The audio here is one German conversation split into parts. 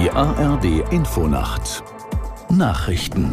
Die ARD Infonacht Nachrichten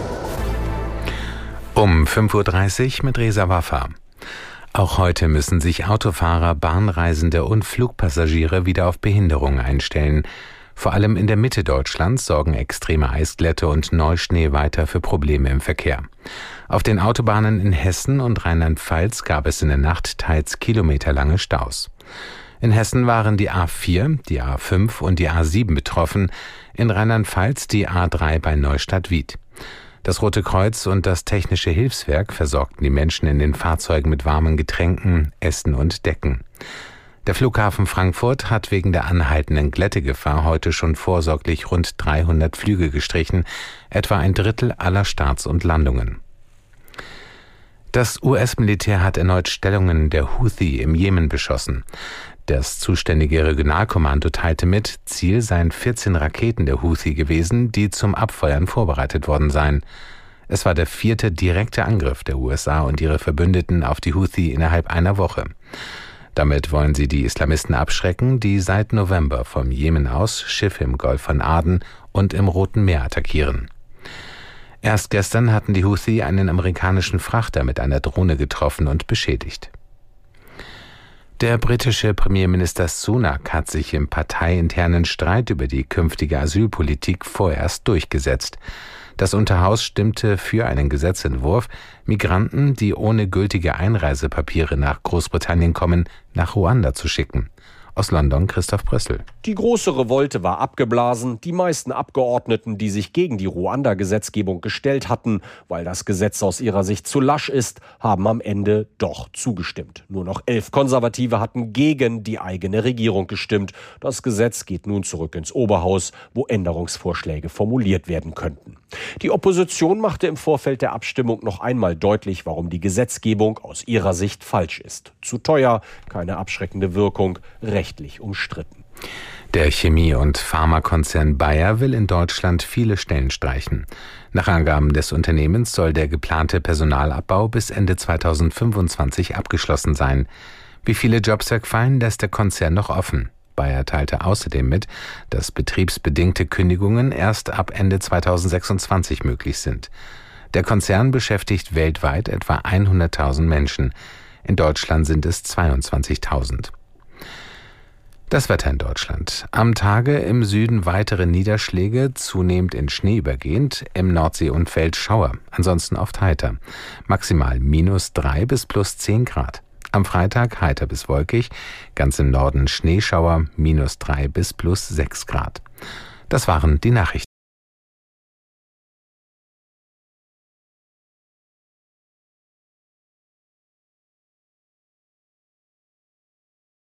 um 5:30 Uhr mit Reza Waffa. Auch heute müssen sich Autofahrer, Bahnreisende und Flugpassagiere wieder auf Behinderungen einstellen. Vor allem in der Mitte Deutschlands sorgen extreme Eisglätte und Neuschnee weiter für Probleme im Verkehr. Auf den Autobahnen in Hessen und Rheinland-Pfalz gab es in der Nacht teils kilometerlange Staus. In Hessen waren die A4, die A5 und die A7 betroffen, in Rheinland-Pfalz die A3 bei Neustadt-Wied. Das Rote Kreuz und das Technische Hilfswerk versorgten die Menschen in den Fahrzeugen mit warmen Getränken, Essen und Decken. Der Flughafen Frankfurt hat wegen der anhaltenden Glättegefahr heute schon vorsorglich rund 300 Flüge gestrichen, etwa ein Drittel aller Starts und Landungen. Das US-Militär hat erneut Stellungen der Houthi im Jemen beschossen. Das zuständige Regionalkommando teilte mit, Ziel seien 14 Raketen der Houthi gewesen, die zum Abfeuern vorbereitet worden seien. Es war der 4. direkte Angriff der USA und ihre Verbündeten auf die Houthi innerhalb einer Woche. Damit wollen sie die Islamisten abschrecken, die seit November vom Jemen aus Schiffe im Golf von Aden und im Roten Meer attackieren. Erst gestern hatten die Houthi einen amerikanischen Frachter mit einer Drohne getroffen und beschädigt. Der britische Premierminister Sunak hat sich im parteiinternen Streit über die künftige Asylpolitik vorerst durchgesetzt. Das Unterhaus stimmte für einen Gesetzentwurf, Migranten, die ohne gültige Einreisepapiere nach Großbritannien kommen, nach Ruanda zu schicken. Aus London Christoph Brössel. Die große Revolte war abgeblasen. Die meisten Abgeordneten, die sich gegen die Ruanda-Gesetzgebung gestellt hatten, weil das Gesetz aus ihrer Sicht zu lasch ist, haben am Ende doch zugestimmt. Nur noch 11 Konservative hatten gegen die eigene Regierung gestimmt. Das Gesetz geht nun zurück ins Oberhaus, wo Änderungsvorschläge formuliert werden könnten. Die Opposition machte im Vorfeld der Abstimmung noch einmal deutlich, warum die Gesetzgebung aus ihrer Sicht falsch ist. Zu teuer, keine abschreckende Wirkung, rechtlich umstritten. Der Chemie- und Pharmakonzern Bayer will in Deutschland viele Stellen streichen. Nach Angaben des Unternehmens soll der geplante Personalabbau bis Ende 2025 abgeschlossen sein. Wie viele Jobs wegfallen, lässt der Konzern noch offen. Bayer teilte außerdem mit, dass betriebsbedingte Kündigungen erst ab Ende 2026 möglich sind. Der Konzern beschäftigt weltweit etwa 100.000 Menschen. In Deutschland sind es 22.000. Das Wetter in Deutschland. Am Tage im Süden weitere Niederschläge, zunehmend in Schnee übergehend, im Nordseeumfeld Schauer, ansonsten oft heiter. Maximal -3 bis +10 Grad. Am Freitag heiter bis wolkig, ganz im Norden Schneeschauer, -3 bis +6 Grad. Das waren die Nachrichten.